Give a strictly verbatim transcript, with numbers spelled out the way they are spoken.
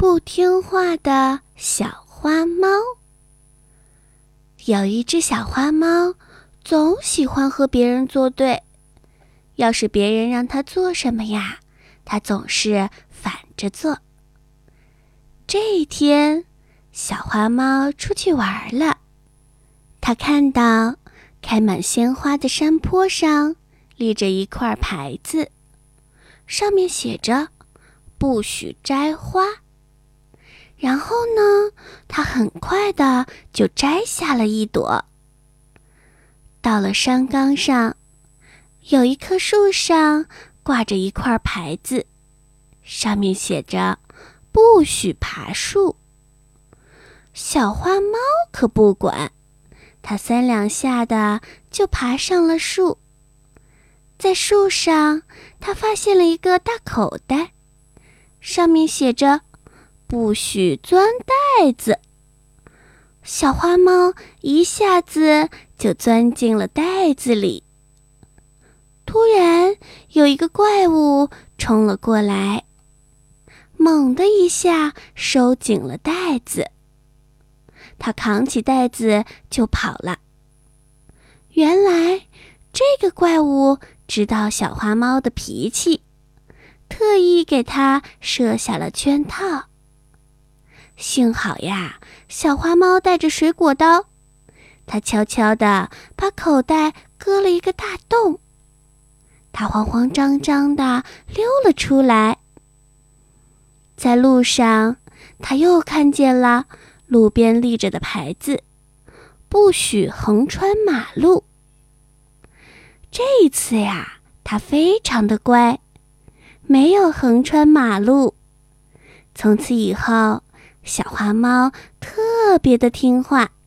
不听话的小花猫。有一只小花猫，总喜欢和别人作对。要是别人让它做什么呀，它总是反着做。这一天，小花猫出去玩了。它看到开满鲜花的山坡上立着一块牌子，上面写着不许摘花。然后呢，它很快的就摘下了一朵。到了山岗上，有一棵树上挂着一块牌子，上面写着不许爬树。小花猫可不管，它三两下的就爬上了树。在树上，它发现了一个大口袋，上面写着不许钻袋子。小花猫一下子就钻进了袋子里。突然，有一个怪物冲了过来，猛地一下收紧了袋子。它扛起袋子就跑了。原来，这个怪物知道小花猫的脾气，特意给它设下了圈套。幸好呀，小花猫带着水果刀，它悄悄地把口袋割了一个大洞。它慌慌张张地溜了出来。在路上，它又看见了路边立着的牌子，不许横穿马路。这一次呀，它非常的乖，没有横穿马路。从此以后，小花猫特别的听话，